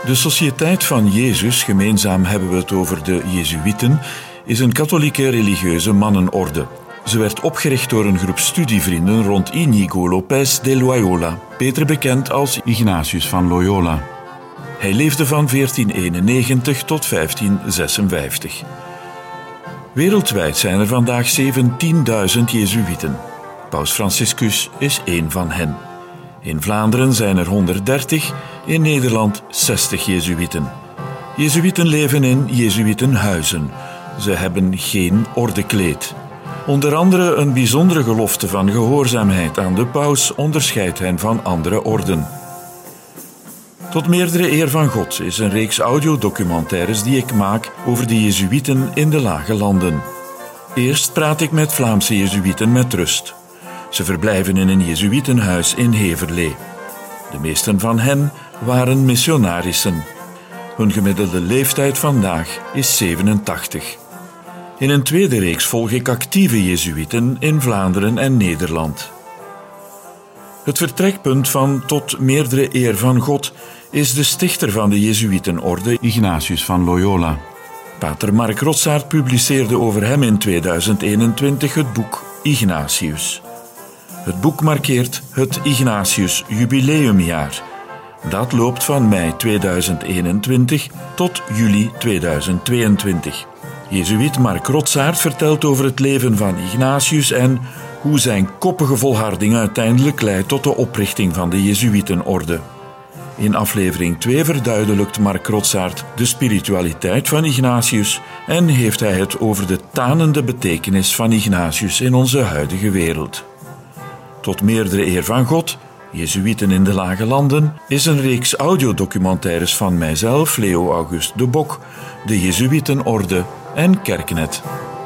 De Sociëteit van Jezus, gemeenzaam hebben we het over de Jezuïeten, is een katholieke religieuze mannenorde. Ze werd opgericht door een groep studievrienden rond Íñigo López de Loyola, beter bekend als Ignatius van Loyola. Hij leefde van 1491 tot 1556. Wereldwijd zijn er vandaag 17.000 Jezuïeten. Paus Franciscus is één van hen. In Vlaanderen zijn er 130, in Nederland 60 Jezuïeten. Jezuïeten leven in Jezuïtenhuizen. Ze hebben geen ordekleed. Onder andere een bijzondere gelofte van gehoorzaamheid aan de paus onderscheidt hen van andere orden. Tot meerdere eer van God is een reeks audiodocumentaires die ik maak over de Jezuïeten in de Lage Landen. Eerst praat ik met Vlaamse Jezuïeten met rust. Ze verblijven in een Jezuïtenhuis in Heverlee. De meesten van hen waren missionarissen. Hun gemiddelde leeftijd vandaag is 87. In een tweede reeks volg ik actieve Jezuïeten in Vlaanderen en Nederland. Het vertrekpunt van Tot meerdere eer van God is de stichter van de Jezuïtenorde, Ignatius van Loyola. Pater Mark Rotsaert publiceerde over hem in 2021 het boek Ignatius. Het boek markeert het Ignatius Jubileumjaar. Dat loopt van mei 2021 tot juli 2022. Jezuïet Mark Rotsaert vertelt over het leven van Ignatius en hoe zijn koppige volharding uiteindelijk leidt tot de oprichting van de Jezuïtenorde. In aflevering 2 verduidelijkt Mark Rotsaert de spiritualiteit van Ignatius en heeft hij het over de tanende betekenis van Ignatius in onze huidige wereld. Tot meerdere eer van God, Jezuïeten in de Lage Landen, is een reeks audiodocumentaires van mijzelf, Leo August de Bok, de Jezuïtenorde en Kerknet.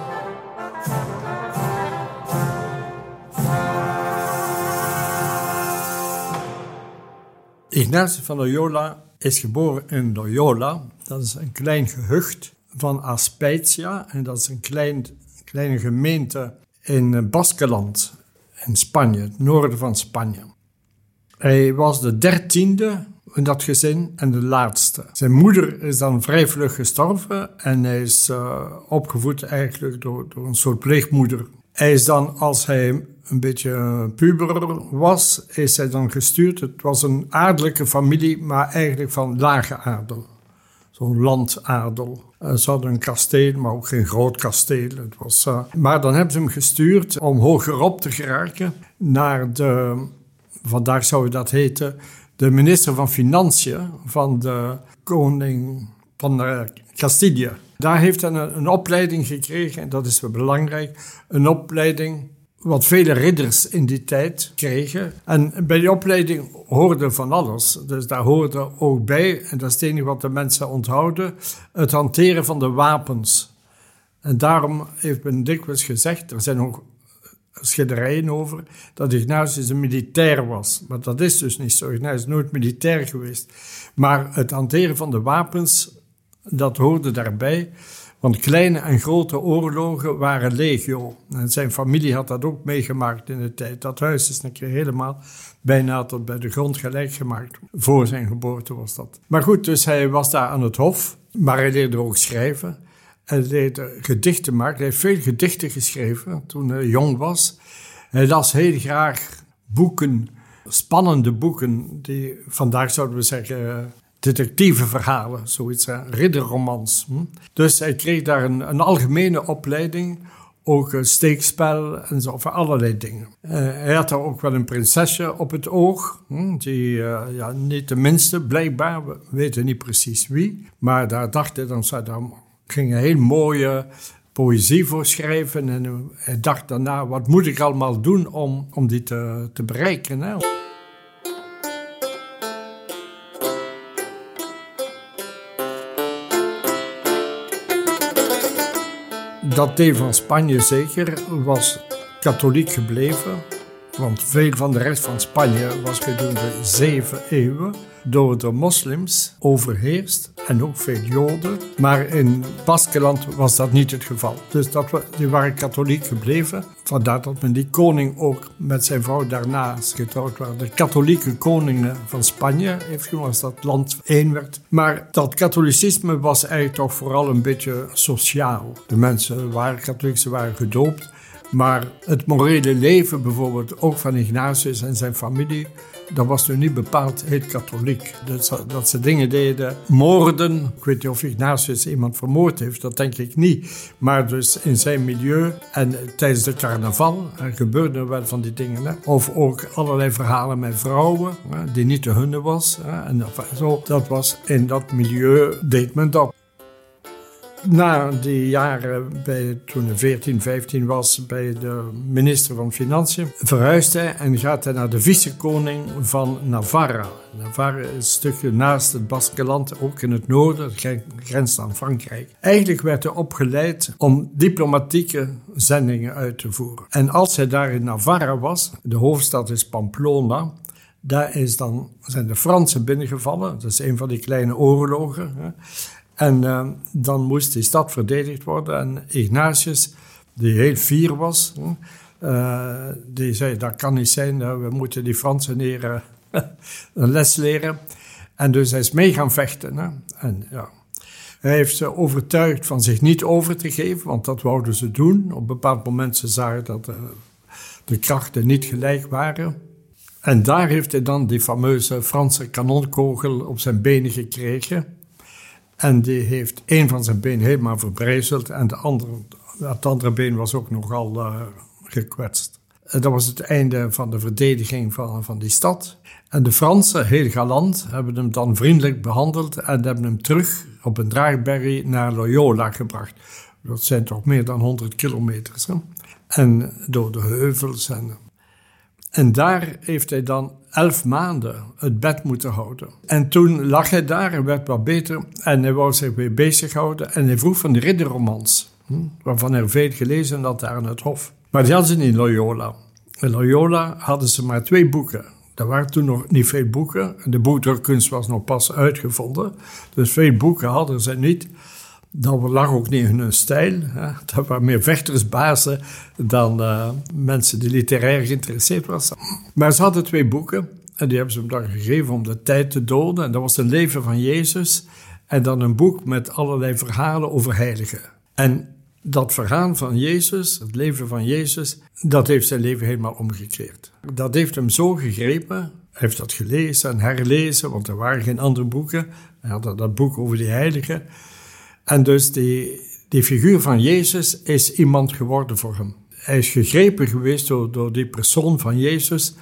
Ignatius van Loyola is geboren in Loyola. Dat is een klein gehucht van Aspeitia en dat is een kleine gemeente in Baskeland in Spanje, het noorden van Spanje. Hij was de 13e in dat gezin en de laatste. Zijn moeder is dan vrij vlug gestorven en hij is opgevoed eigenlijk door een soort pleegmoeder. Hij is dan, als hij een beetje puber was, is hij dan gestuurd. Het was een adellijke familie, maar eigenlijk van lage adel. Zo'n landadel. Ze hadden een kasteel, maar ook geen groot kasteel. Het was, maar dan hebben ze hem gestuurd om hogerop te geraken naar vandaag zou dat heten, de minister van Financiën van de koning van Castilië. Daar heeft hij een opleiding gekregen, en dat is wel belangrijk, een opleiding wat vele ridders in die tijd kregen. En bij die opleiding hoorde van alles. Dus daar hoorde ook bij, en dat is het enige wat de mensen onthouden, het hanteren van de wapens. En daarom heeft men dikwijls gezegd, er zijn ook schilderijen over, dat Ignatius een militair was. Maar dat is dus niet zo. Ignatius is nooit militair geweest. Maar het hanteren van de wapens, dat hoorde daarbij. Want kleine en grote oorlogen waren legio. En zijn familie had dat ook meegemaakt in de tijd. Dat huis is een keer helemaal bijna tot bij de grond gelijk gemaakt. Voor zijn geboorte was dat. Maar goed, dus hij was daar aan het hof. Maar hij leerde ook schrijven. Hij leerde gedichten maken. Hij heeft veel gedichten geschreven toen hij jong was. Hij las heel graag boeken, spannende boeken, die vandaag zouden we zeggen detectieve verhalen, zoiets, ridderromans. Dus hij kreeg daar een algemene opleiding, ook steekspel en zo, voor allerlei dingen. Hij had daar ook wel een prinsesje op het oog, die niet de minste, blijkbaar, we weten niet precies wie, maar daar dacht hij, daar ging een heel mooie poëzie voor schrijven en hij dacht daarna, wat moet ik allemaal doen om die te bereiken, hè? Dat deel van Spanje zeker was katholiek gebleven, want veel van de rest van Spanje was gedurende 7 eeuwen door de moslims overheerst. en ook veel Joden. Maar in Baskeland was dat niet het geval. Dus die waren katholiek gebleven. Vandaar dat men die koning ook met zijn vrouw daarnaast getrouwd waren. De katholieke koningen van Spanje heeft gemaakt als dat land één werd. Maar dat katholicisme was eigenlijk toch vooral een beetje sociaal. De mensen waren katholiek, ze waren gedoopt. Maar het morele leven bijvoorbeeld, ook van Ignatius en zijn familie, dat was nu niet bepaald heel katholiek. Dat ze dingen deden, moorden. Ik weet niet of Ignatius iemand vermoord heeft, dat denk ik niet. Maar dus in zijn milieu en tijdens de carnaval, er gebeurden wel van die dingen. Hè. Of ook allerlei verhalen met vrouwen, hè, die niet de hunne was. Hè. En zo, dat was in dat milieu, deed men dat. Na die jaren, toen hij 14, 15 was, bij de minister van Financiën, verhuist hij en gaat hij naar de vicekoning van Navarra. Navarra is een stukje naast het Baskeland, ook in het noorden, het grenst aan Frankrijk. Eigenlijk werd hij opgeleid om diplomatieke zendingen uit te voeren. En als hij daar in Navarra was, de hoofdstad is Pamplona, daar zijn de Fransen binnengevallen. Dat is een van die kleine oorlogen, hè. En dan moest die stad verdedigd worden. En Ignatius, die heel fier was, die zei, dat kan niet zijn, we moeten die Fransen hier een les leren. En dus hij is mee gaan vechten. Hè. En ja, hij heeft ze overtuigd van zich niet over te geven, want dat wouden ze doen. Op een bepaald moment ze zagen dat de krachten niet gelijk waren. En daar heeft hij dan die fameuze Franse kanonkogel op zijn benen gekregen. En die heeft één van zijn benen helemaal verbrijzeld en het andere been was ook nogal gekwetst. Dat was het einde van de verdediging van die stad. En de Fransen, heel galant, hebben hem dan vriendelijk behandeld en hebben hem terug op een draagberry naar Loyola gebracht. Dat zijn toch meer dan 100 kilometers. Hè? En door de heuvels. En daar heeft hij dan 11 maanden het bed moeten houden. En toen lag hij daar en werd wat beter. En hij wou zich weer bezighouden. En hij vroeg van de ridderromans. Waarvan hij veel gelezen had daar aan het hof. Maar die hadden ze niet in Loyola. In Loyola hadden ze maar 2 boeken. Er waren toen nog niet veel boeken. De boekdrukkunst was nog pas uitgevonden. Dus veel boeken hadden ze niet. Dat lag ook niet in hun stijl. Hè. Dat waren meer vechtersbazen dan mensen die literair geïnteresseerd waren. Maar ze hadden 2 boeken. En die hebben ze hem dan gegeven om de tijd te doden. En dat was het leven van Jezus. En dan een boek met allerlei verhalen over heiligen. En dat verhaal van Jezus, het leven van Jezus, dat heeft zijn leven helemaal omgekeerd. Dat heeft hem zo gegrepen. Hij heeft dat gelezen en herlezen, want er waren geen andere boeken. Hij had dat boek over die heiligen. En dus die figuur van Jezus is iemand geworden voor hem. Hij is gegrepen geweest door die persoon van Jezus.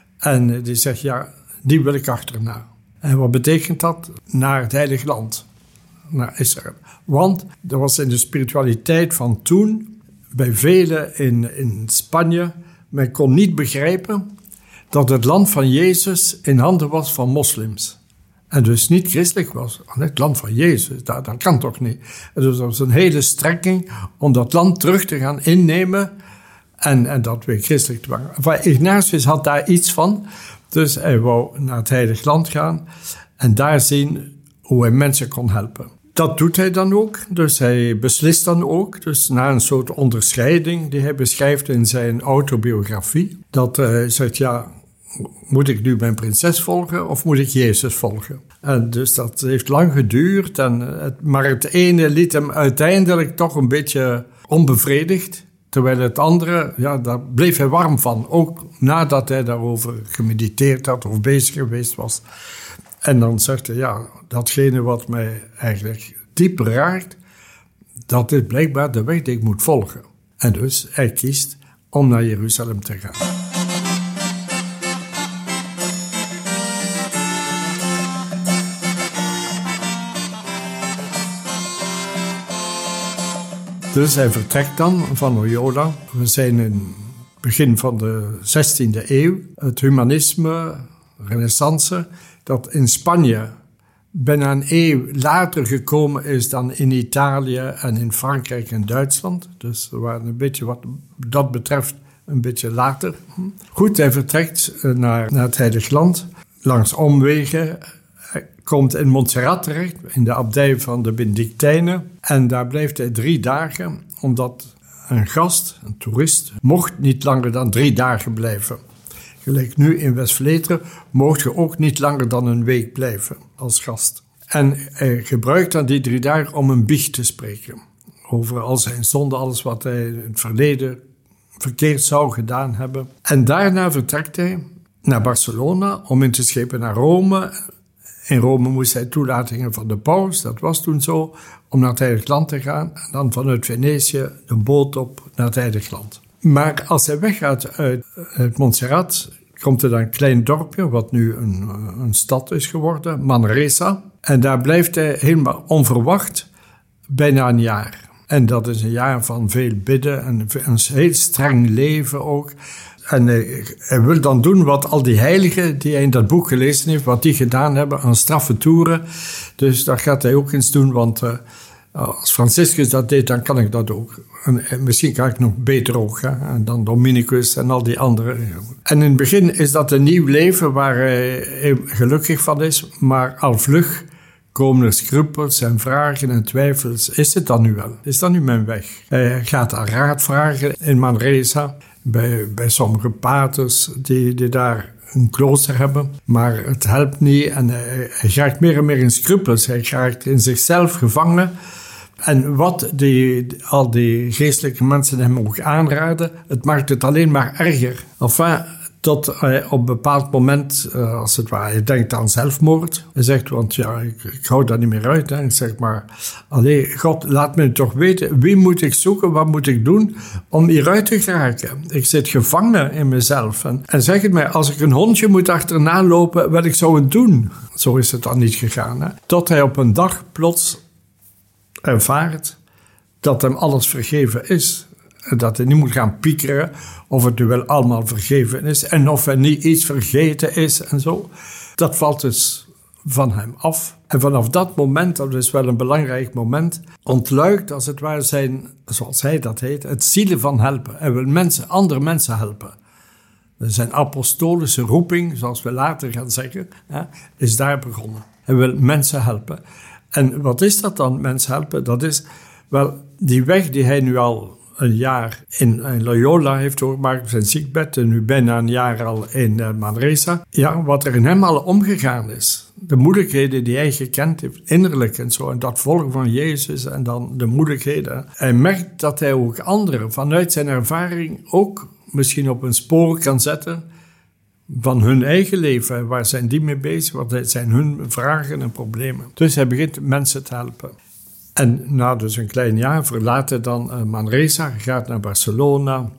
En die zegt, ja, die wil ik achterna. En wat betekent dat? Naar het Heilige Land. Naar Israël. Want er was in de spiritualiteit van toen, bij velen in Spanje, men kon niet begrijpen dat het land van Jezus in handen was van moslims. En dus niet christelijk was. Het land van Jezus, dat kan toch niet. En dus dat was een hele strekking om dat land terug te gaan innemen en dat weer christelijk te maken. Enfin, Ignatius had daar iets van. Dus hij wou naar het Heilige Land gaan en daar zien hoe hij mensen kon helpen. Dat doet hij dan ook. Dus hij beslist dan ook. Dus na een soort onderscheiding die hij beschrijft in zijn autobiografie. Dat hij zegt, ja, moet ik nu mijn prinses volgen of moet ik Jezus volgen? En dus dat heeft lang geduurd. Maar het ene liet hem uiteindelijk toch een beetje onbevredigd. Terwijl het andere, ja, daar bleef hij warm van. Ook nadat hij daarover gemediteerd had of bezig geweest was. En dan zegt hij, ja, datgene wat mij eigenlijk diep raakt, dat is blijkbaar de weg die ik moet volgen. En dus hij kiest om naar Jeruzalem te gaan. Dus hij vertrekt dan van Loyola. We zijn in het begin van de 16e eeuw. Het humanisme, renaissance, dat in Spanje bijna een eeuw later gekomen is dan in Italië en in Frankrijk en Duitsland. Dus we waren een beetje wat dat betreft een beetje later. Goed, hij vertrekt naar het Heilige Land langs omwegen. Hij komt in Montserrat terecht, in de abdij van de Benedictijnen. En daar blijft hij 3 dagen, omdat een gast, een toerist, mocht niet langer dan 3 dagen blijven. Gelijk nu in West-Vleteren mocht je ook niet langer dan een week blijven als gast. En hij gebruikt dan die 3 dagen om een biecht te spreken. Over al zijn zonden, alles wat hij in het verleden verkeerd zou gedaan hebben. En daarna vertrekt hij naar Barcelona om in te schepen naar Rome. In Rome moest hij toelatingen van de paus, dat was toen zo, om naar het Heilig Land te gaan. En dan vanuit Venetië de boot op naar het Heilig Land. Maar als hij weggaat uit Montserrat, komt er dan een klein dorpje, wat nu een stad is geworden, Manresa. En daar blijft hij helemaal onverwacht bijna een jaar. En dat is een jaar van veel bidden en een heel streng leven ook. En hij wil dan doen wat al die heiligen die hij in dat boek gelezen heeft, wat die gedaan hebben aan straffe toeren. Dus dat gaat hij ook eens doen, want als Franciscus dat deed, dan kan ik dat ook. En misschien kan ik nog beter ook, hè? En dan Dominicus en al die anderen. En in het begin is dat een nieuw leven waar hij gelukkig van is, maar al vlug komen er scrupels en vragen en twijfels. Is het dan nu wel? Is dat nu mijn weg? Hij gaat aan raad vragen in Manresa, bij sommige paters die daar een klooster hebben. Maar het helpt niet en hij raakt meer en meer in scrupels. Hij raakt in zichzelf gevangen. En wat al die geestelijke mensen hem ook aanraden, het maakt het alleen maar erger. Enfin, tot hij op een bepaald moment, als het ware, hij denkt aan zelfmoord. Hij zegt, want ja, ik hou dat niet meer uit. Hè. Ik zeg maar, allee, God, laat me toch weten, wie moet ik zoeken, wat moet ik doen om hieruit te geraken? Ik zit gevangen in mezelf. En zeg het mij, als ik een hondje moet achterna lopen, wat ik zou het doen? Zo is het dan niet gegaan. Hè. Tot hij op een dag plots ervaart dat hem alles vergeven is. Dat hij niet moet gaan piekeren of het nu wel allemaal vergeven is en of er niet iets vergeten is en zo. Dat valt dus van hem af. En vanaf dat moment, dat is wel een belangrijk moment, ontluikt als het ware zijn, zoals hij dat heet, het zielen van helpen. Hij wil andere mensen helpen. Zijn apostolische roeping, zoals we later gaan zeggen, is daar begonnen. Hij wil mensen helpen. En wat is dat dan, mensen helpen? Dat is wel die weg die hij nu al een jaar in Loyola heeft doorgemaakt op zijn ziekbed en nu bijna een jaar al in Manresa. Ja, wat er in hem al omgegaan is. De moeilijkheden die hij gekend heeft, innerlijk en zo. En dat volgen van Jezus en dan de moeilijkheden. Hij merkt dat hij ook anderen vanuit zijn ervaring ook misschien op een spoor kan zetten van hun eigen leven. Waar zijn die mee bezig? Wat zijn hun vragen en problemen? Dus hij begint mensen te helpen. En na dus een klein jaar verlaat hij dan Manresa, gaat naar Barcelona,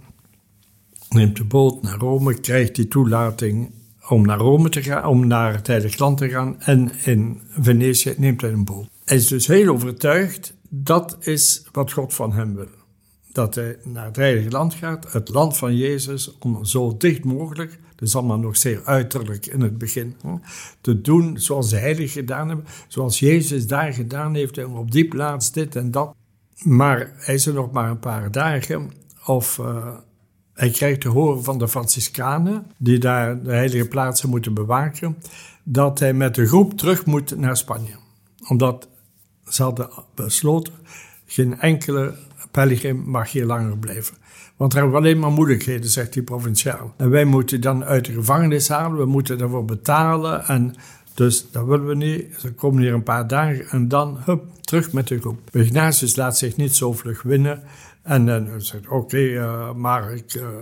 neemt de boot naar Rome, krijgt die toelating om naar Rome te gaan, om naar het Heilig Land te gaan. En in Venetië neemt hij een boot. Hij is dus heel overtuigd, dat is wat God van hem wil. Dat hij naar het Heilige Land gaat, het land van Jezus, om zo dicht mogelijk, dat is allemaal nog zeer uiterlijk in het begin, te doen zoals de heiligen gedaan hebben, zoals Jezus daar gedaan heeft en op die plaats dit en dat. Maar hij is er nog maar een paar dagen of hij krijgt te horen van de Franciscanen, die daar de heilige plaatsen moeten bewaken, dat hij met de groep terug moet naar Spanje. Omdat ze hadden besloten, geen enkele pelgrim mag hier langer blijven. Want er hebben we alleen maar moeilijkheden, zegt die provinciaal. En wij moeten dan uit de gevangenis halen, we moeten daarvoor betalen. En dus dat willen we niet. Ze komen hier een paar dagen en dan, terug met de groep. Ignatius laat zich niet zo vlug winnen. En dan zegt oké, maar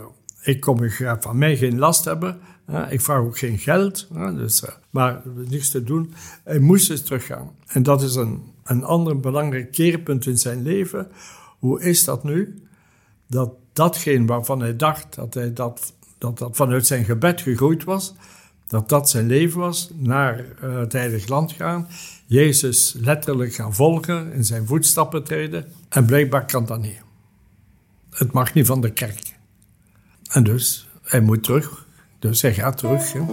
ik ga van mij geen last hebben. Ik vraag ook geen geld. Maar niks te doen. Hij moest dus teruggaan. En dat is een ander belangrijk keerpunt in zijn leven. Hoe is dat nu? Dat datgene waarvan hij dacht dat vanuit zijn gebed gegroeid was, dat zijn leven was, naar het Heilig Land gaan, Jezus letterlijk gaan volgen, in zijn voetstappen treden, en blijkbaar kan dat niet. Het mag niet van de kerk. En dus, hij moet terug. Dus hij gaat terug. Hè.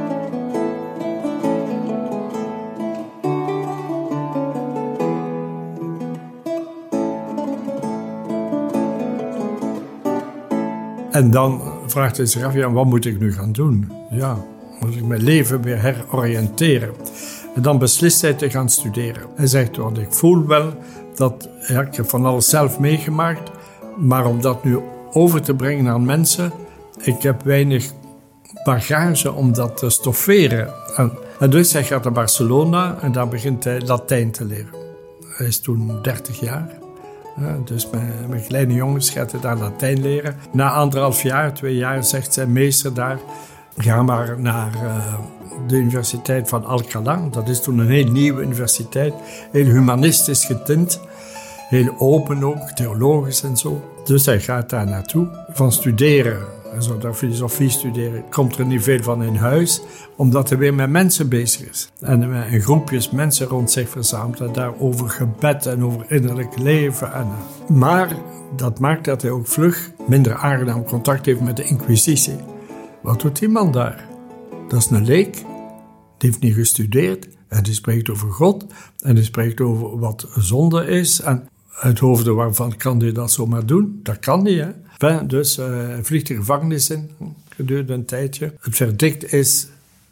En dan vraagt hij zich af, ja, wat moet ik nu gaan doen? Ja, moet ik mijn leven weer heroriënteren? En dan beslist hij te gaan studeren. Hij zegt, want ik voel wel dat, ik heb van alles zelf meegemaakt, maar om dat nu over te brengen aan mensen, ik heb weinig bagage om dat te stofferen. En dus hij gaat naar Barcelona en daar begint hij Latijn te leren. Hij is toen 30 jaar. Dus met kleine jongens gaat hij daar Latijn leren. Na 1,5 jaar, 2 jaar, zegt zijn meester daar, ga maar naar de Universiteit van Alcalá. Dat is toen een heel nieuwe universiteit, heel humanistisch getint. Heel open ook, theologisch en zo. Dus hij gaat daar naartoe. Van studeren, hij zou daar filosofie studeren, komt er niet veel van in huis, omdat hij weer met mensen bezig is. En met groepjes mensen rond zich verzamelt en daar over gebed en over innerlijk leven. Maar dat maakt dat hij ook vlug minder aangenaam contact heeft met de Inquisitie. Wat doet die man daar? Dat is een leek, die heeft niet gestudeerd en die spreekt over God en die spreekt over wat zonde is en uit hoofden waarvan kan hij dat zomaar doen? Dat kan niet, hè? Enfin, dus hij vliegt de gevangenis in, gedurende een tijdje. Het verdict is,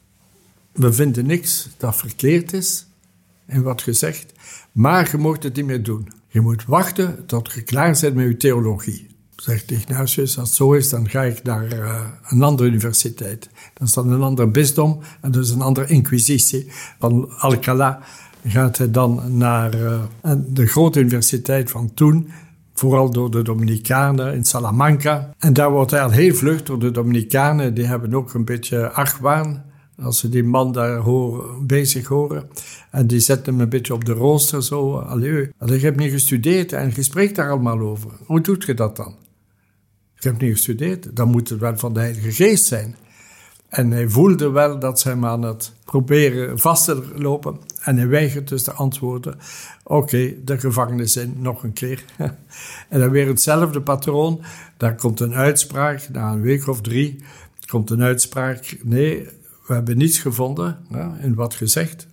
we vinden niks dat verkeerd is in wat je zegt, maar je moet het niet meer doen. Je moet wachten tot je klaar bent met je theologie. Zegt Ignatius, als het zo is, dan ga ik naar een andere universiteit. Dat is dan een ander bisdom en dus een andere inquisitie. Van Alcalá gaat hij dan naar de grote universiteit van toen, vooral door de Dominicanen in Salamanca. En daar wordt hij al heel vlug door de Dominicanen, die hebben ook een beetje argwaan als ze die man daar bezig horen. En die zetten hem een beetje op de rooster zo. Allee, je hebt niet gestudeerd en je spreekt daar allemaal over. Hoe doet je dat dan? Je hebt niet gestudeerd, dan moet het wel van de Heilige Geest zijn. En hij voelde wel dat ze hem aan het proberen vast te lopen. En hij weigert dus te antwoorden. Oké, de gevangenis in, nog een keer. En dan weer hetzelfde patroon. Daar komt een uitspraak, na een week of 3, komt een uitspraak. Nee, we hebben niets gevonden in wat gezegd.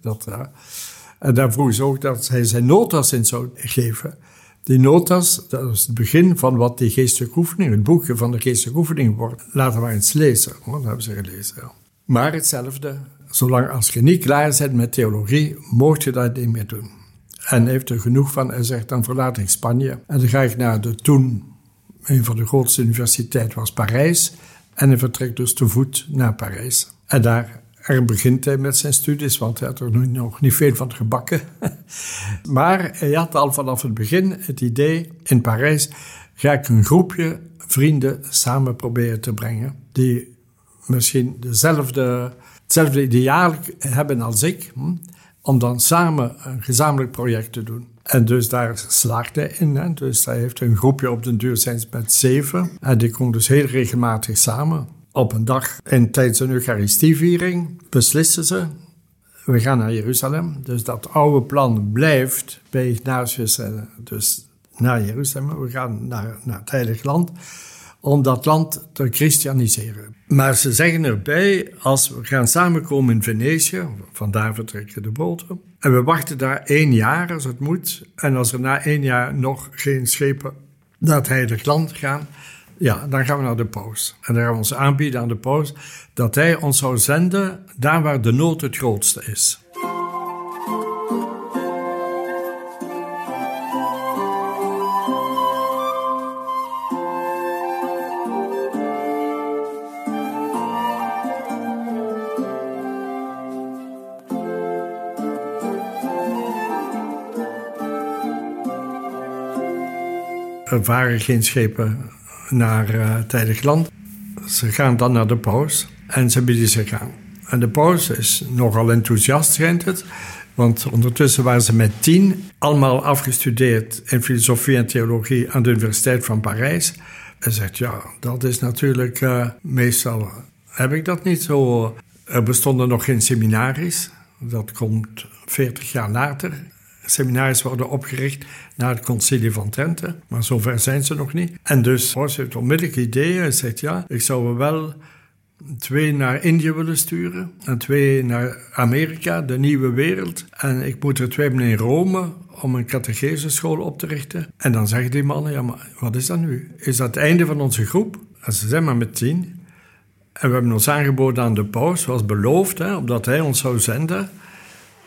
En daar vroeg ze ook dat hij zijn notas in zou geven. Die notas, dat is het begin van wat die geestelijke oefening, het boekje van de geestelijke oefening wordt. Laten we maar eens lezen. Dat hebben ze gelezen. Ja. Maar hetzelfde, zolang als je niet klaar bent met theologie, mocht je dat niet meer doen. En hij heeft er genoeg van. Hij zegt, dan verlaat ik Spanje. En dan ga ik naar een van de grootste universiteiten was Parijs. En hij vertrekt dus te voet naar Parijs. En daar begint hij met zijn studies, want hij had er nu nog niet veel van gebakken. Maar hij had al vanaf het begin het idee, in Parijs ga ik een groepje vrienden samen proberen te brengen, die misschien hetzelfde ideaal hebben als ik, om dan samen een gezamenlijk project te doen. En dus daar slaagt hij in. Hè. Dus hij heeft een groepje, op den duur zijn ze met 7. En die komen dus heel regelmatig samen. Op een dag, tijdens een Eucharistieviering, beslissen ze, we gaan naar Jeruzalem. Dus dat oude plan blijft bij Ignatius, dus naar Jeruzalem. We gaan naar het Heilige Land, om dat land te christianiseren. Maar ze zeggen erbij, als we gaan samenkomen in Venetië, vandaar vertrekken de boten, en we wachten daar 1 jaar als het moet, en als er na 1 jaar nog geen schepen naar het Heilige Land gaan, ja, dan gaan we naar de paus. En dan gaan we ons aanbieden aan de paus dat hij ons zou zenden daar waar de nood het grootste is. Er varen geen schepen naar het Heilige Land. Ze gaan dan naar de paus en ze bieden zich aan. En de paus is nogal enthousiast, schijnt het. Want ondertussen waren ze met 10, allemaal afgestudeerd in filosofie en theologie aan de Universiteit van Parijs. Hij zegt, ja, dat is natuurlijk meestal... Heb ik dat niet zo... Er bestonden nog geen seminaries. Dat komt 40 jaar later. Seminaries worden opgericht na het Concilie van Trente, maar zover zijn ze nog niet. En dus Paus heeft onmiddellijk ideeën. Hij zegt, ja, ik zou er wel 2 naar Indië willen sturen en 2 naar Amerika, de nieuwe wereld. En ik moet er 2 hebben in Rome om een catecheseschool op te richten. En dan zeggen die mannen, ja, maar wat is dat nu? Is dat het einde van onze groep? En ze zijn maar met 10. En we hebben ons aangeboden aan de paus, zoals beloofd, omdat hij ons zou zenden.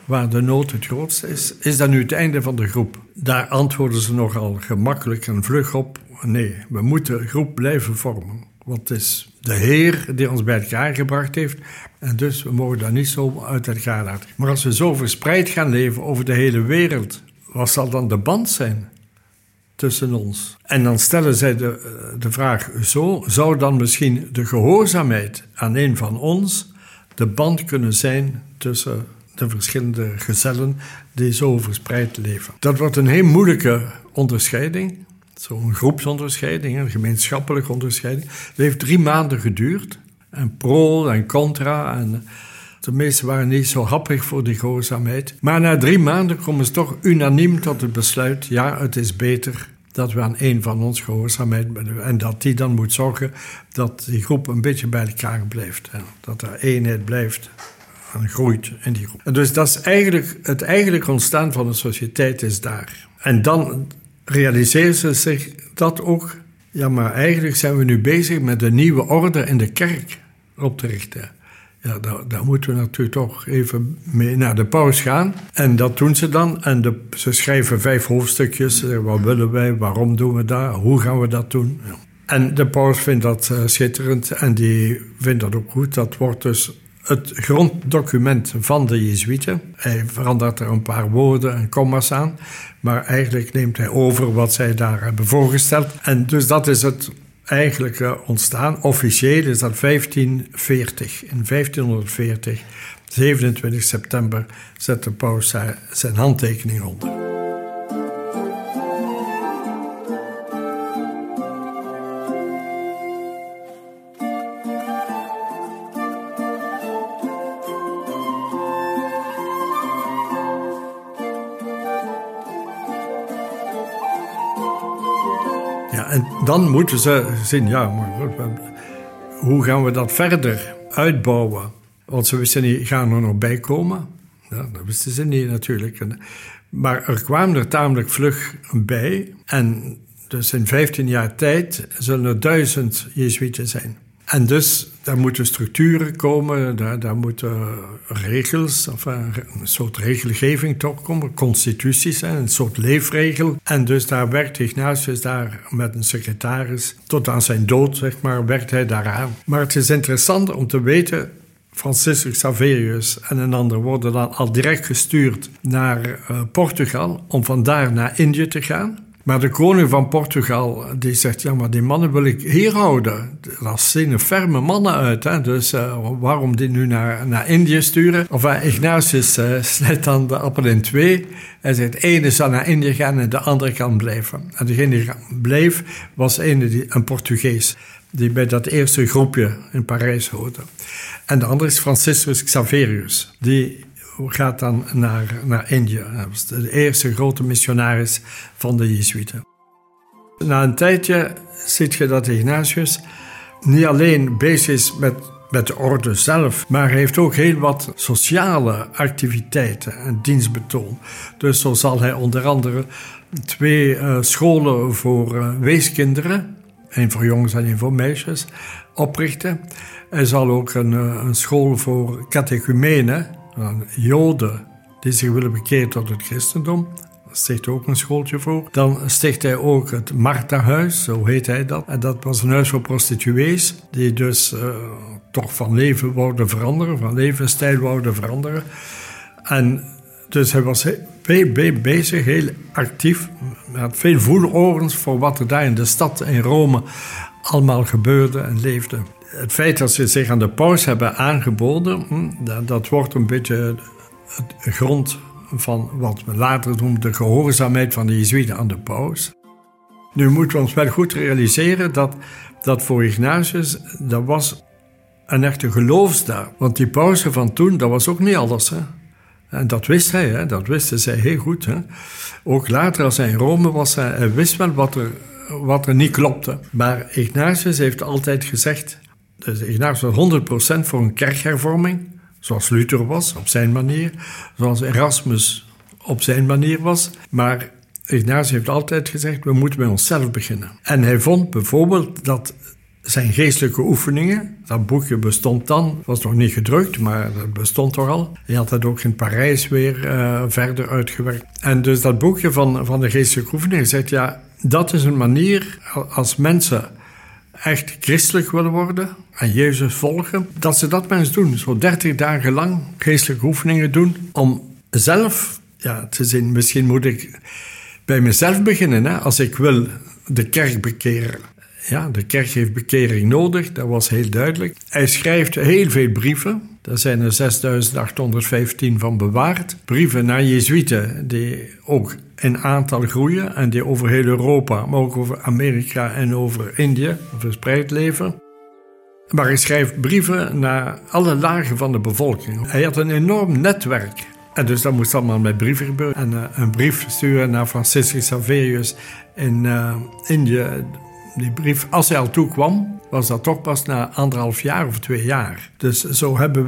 waar de nood het grootste is, is dat nu het einde van de groep? Daar antwoorden ze nogal gemakkelijk en vlug op. Nee, we moeten een groep blijven vormen. Want het is de Heer die ons bij elkaar gebracht heeft. En dus we mogen dat niet zo uit elkaar laten. Maar als we zo verspreid gaan leven over de hele wereld, wat zal dan de band zijn tussen ons? En dan stellen zij de vraag zo, zou dan misschien de gehoorzaamheid aan een van ons de band kunnen zijn tussen de verschillende gezellen die zo verspreid leven? Dat wordt een heel moeilijke onderscheiding. Zo'n groepsonderscheiding, een gemeenschappelijke onderscheiding. Het heeft 3 maanden geduurd. En pro en contra. En de meesten waren niet zo happig voor die gehoorzaamheid. Maar na 3 maanden komen ze toch unaniem tot het besluit. Ja, het is beter dat we aan één van ons gehoorzaamheid hebben. En dat die dan moet zorgen dat die groep een beetje bij elkaar blijft. En dat er eenheid blijft en groeit in die groep. En dus dat is het eigenlijk ontstaan van de sociëteit is daar. En dan realiseren ze zich dat ook. Ja, maar eigenlijk zijn we nu bezig met een nieuwe orde in de kerk op te richten. Ja, daar moeten we natuurlijk toch even mee naar de paus gaan. En dat doen ze dan. En ze schrijven 5 hoofdstukjes. Wat willen wij? Waarom doen we dat? Hoe gaan we dat doen? Ja. En de paus vindt dat schitterend. En die vindt dat ook goed. Dat wordt dus het gronddocument van de Jezuïeten. Hij verandert er een paar woorden en comma's aan. Maar eigenlijk neemt hij over wat zij daar hebben voorgesteld. En dus dat is het eigenlijke ontstaan. Officieel is dat 1540. In 1540, 27 september, zet de paus zijn handtekening onder. Ja, en dan moeten ze zien, ja, maar hoe gaan we dat verder uitbouwen? Want ze wisten niet, gaan er nog bij komen? Ja, dat wisten ze niet natuurlijk. Maar er kwamen er tamelijk vlug bij. En dus in 15 jaar tijd zullen er 1000 Jezuïeten zijn. En dus daar moeten structuren komen, daar moeten regels, of een soort regelgeving toch komen, constituties, een soort leefregel. En dus daar werkt Ignatius daar met een secretaris. Tot aan zijn dood, zeg maar, werkt hij daaraan. Maar het is interessant om te weten, Franciscus Xaverius en een ander worden dan al direct gestuurd naar Portugal om vandaar naar Indië te gaan. Maar de koning van Portugal die zegt, ja, maar die mannen wil ik hier houden. Dat zien ferme mannen uit, hè? Dus waarom die nu naar Indië sturen? Of Ignatius snijdt dan de appel in 2. Hij zegt, de ene zal naar Indië gaan en de andere kan blijven. En degene die bleef was een Portugees, die bij dat eerste groepje in Parijs hoorde. En de andere is Franciscus Xaverius, die gaat dan naar Indië. Dat was de eerste grote missionaris van de Jezuïeten. Na een tijdje zie je dat Ignatius niet alleen bezig is met de orde zelf, maar hij heeft ook heel wat sociale activiteiten en dienstbetoon. Dus zo zal hij onder andere 2 scholen voor weeskinderen, 1 voor jongens en 1 voor meisjes, oprichten. Hij zal ook een school voor catechumenen, Joden die zich willen bekeren tot het christendom. Daar sticht ook een schooltje voor. Dan sticht hij ook het Martha-huis, zo heet hij dat. En dat was een huis voor prostituees, die dus toch van leven wouden veranderen, van levensstijl wouden veranderen. En dus hij was bezig, heel actief. Hij had veel voelorens voor wat er daar in de stad, in Rome, allemaal gebeurde en leefde. Het feit dat ze zich aan de paus hebben aangeboden, dat wordt een beetje het grond van wat we later noemen de gehoorzaamheid van de Jezuïeten aan de paus. Nu moeten we ons wel goed realiseren dat voor Ignatius, dat was een echte geloofsdaad. Want die pausen van toen, dat was ook niet alles. Hè? En dat wist hij, hè? Dat wisten zij heel goed. Hè? Ook later als hij in Rome was, hij wist wel wat er niet klopte. Maar Ignatius heeft altijd gezegd, dus Ignatius was 100% voor een kerkhervorming, zoals Luther was, op zijn manier, zoals Erasmus op zijn manier was. Maar Ignatius heeft altijd gezegd, we moeten bij onszelf beginnen. En hij vond bijvoorbeeld dat zijn geestelijke oefeningen. Dat boekje bestond dan, was nog niet gedrukt, maar dat bestond toch al. Hij had dat ook in Parijs weer verder uitgewerkt. En dus dat boekje van de geestelijke oefeningen zegt, ja, dat is een manier als mensen echt christelijk willen worden en Jezus volgen, dat ze dat maar eens doen. Zo 30 dagen lang geestelijke oefeningen doen om zelf te zien. Misschien moet ik bij mezelf beginnen, hè, als ik wil de kerk bekeren. Ja, de kerk heeft bekering nodig, dat was heel duidelijk. Hij schrijft heel veel brieven. Daar zijn er 6.815 van bewaard. Brieven naar Jezuïeten die ook in aantal groeien en die over heel Europa, maar ook over Amerika en over Indië verspreid leven. Maar hij schrijft brieven naar alle lagen van de bevolking. Hij had een enorm netwerk. En dus dat moest allemaal met brieven gebeuren. En een brief sturen naar Franciscus Xaverius in Indië. Die brief, als hij al toekwam, was dat toch pas na 1,5 jaar of 2 jaar. Dus zo hebben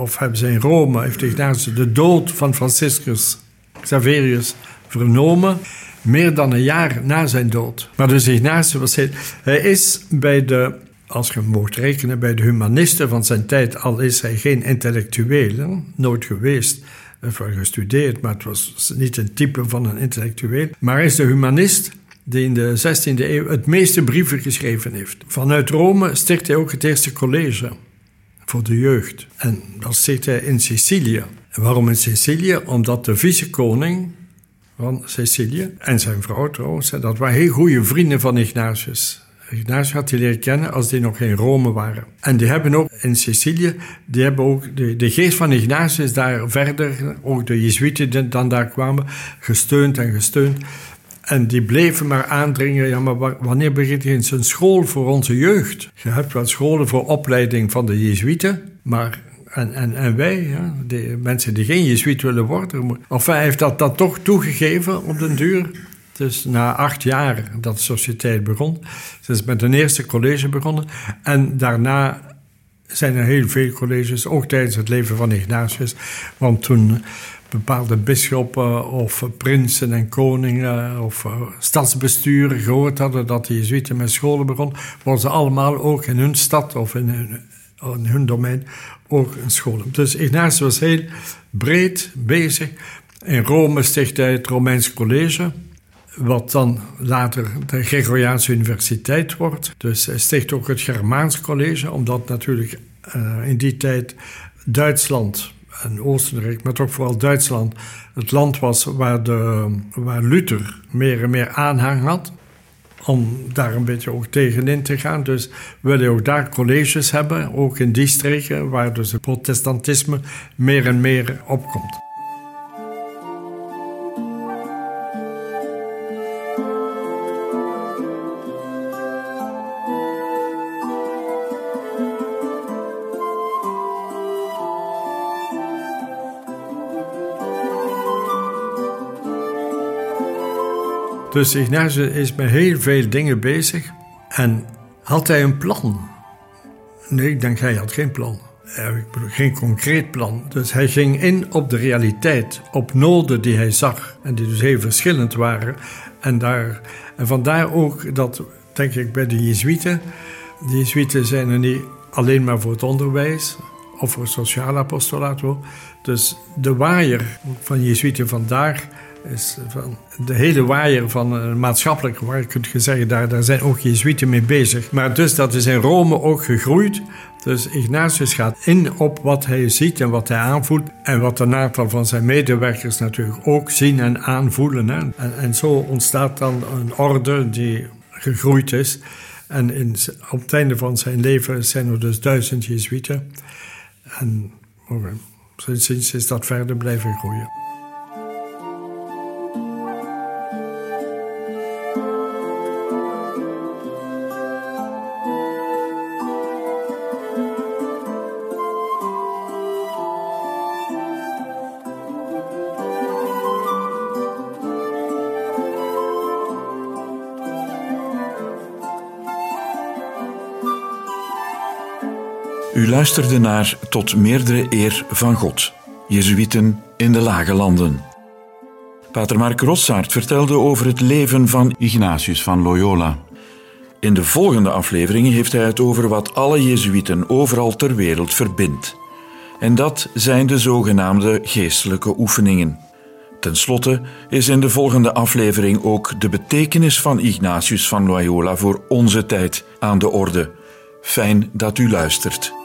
ze in Rome, heeft Ignatius de dood van Franciscus Xaverius vernomen, meer dan 1 jaar na zijn dood. Maar dus Ignatius hij is bij als je mocht rekenen, bij de humanisten van zijn tijd, al is hij geen intellectueel, nooit geweest. Hij heeft wel gestudeerd, maar het was niet een type van een intellectueel. Maar hij is de humanist die in de 16e eeuw het meeste brieven geschreven heeft. Vanuit Rome sticht hij ook het eerste college voor de jeugd. En dat sticht hij in Sicilië. En waarom in Sicilië? Omdat de vicekoning van Sicilië en zijn vrouw trouwens, dat waren heel goede vrienden van Ignatius. Ignatius had die leren kennen als die nog in Rome waren. En die hebben ook in Sicilië, die hebben ook de geest van Ignatius daar verder, ook de Jezuïeten die dan daar kwamen, gesteund en gesteund. En die bleven maar aandringen, ja, maar wanneer begint je eens een school voor onze jeugd? Je hebt wel scholen voor opleiding van de Jezuïeten, maar en wij, ja, de mensen die geen Jezuïet willen worden. Of hij heeft dat toch toegegeven op den duur. Dus na 8 jaar dat de sociëteit begon. Ze is met een eerste college begonnen. En daarna zijn er heel veel colleges, ook tijdens het leven van Ignatius. Want toen bepaalde bisschoppen of prinsen en koningen of stadsbesturen gehoord hadden dat de Jezuïeten met scholen begonnen, worden ze allemaal ook in hun stad of in hun domein ook een school. Dus Ignatius was heel breed bezig. In Rome stichtte hij het Romeins College, wat dan later de Gregoriaanse Universiteit wordt. Dus hij sticht ook het Germaans College, omdat natuurlijk in die tijd Duitsland en Oostenrijk, maar toch vooral Duitsland, het land was waar Luther meer en meer aanhang had, om daar een beetje ook tegenin te gaan. Dus wil je ook daar colleges hebben, ook in die streken, waar dus het protestantisme meer en meer opkomt. Dus Ignatius is met heel veel dingen bezig. En had hij een plan? Nee, ik denk hij had geen plan. Geen concreet plan. Dus hij ging in op de realiteit, op noden die hij zag. En die dus heel verschillend waren. En vandaar ook dat, denk ik, bij de Jezuïeten. De Jezuïeten zijn er niet alleen maar voor het onderwijs of voor het sociaal apostolaat. Dus de waaier van Jezuïeten vandaag is van de hele waaier van een maatschappelijke waaier, kun je zeggen, daar zijn ook Jezuïeten mee bezig. Maar dus dat is in Rome ook gegroeid. Dus Ignatius gaat in op wat hij ziet en wat hij aanvoelt. En wat een aantal van zijn medewerkers natuurlijk ook zien en aanvoelen. Hè. En zo ontstaat dan een orde die gegroeid is. En op het einde van zijn leven zijn er dus 1000 Jezuïeten. En sindsdien is dat verder blijven groeien. U luisterde naar Tot meerdere eer van God, Jezuïeten in de Lage Landen. Pater Mark Rossaert vertelde over het leven van Ignatius van Loyola. In de volgende aflevering heeft hij het over wat alle Jezuïeten overal ter wereld verbindt. En dat zijn de zogenaamde geestelijke oefeningen. Ten slotte is in de volgende aflevering ook de betekenis van Ignatius van Loyola voor onze tijd aan de orde. Fijn dat u luistert.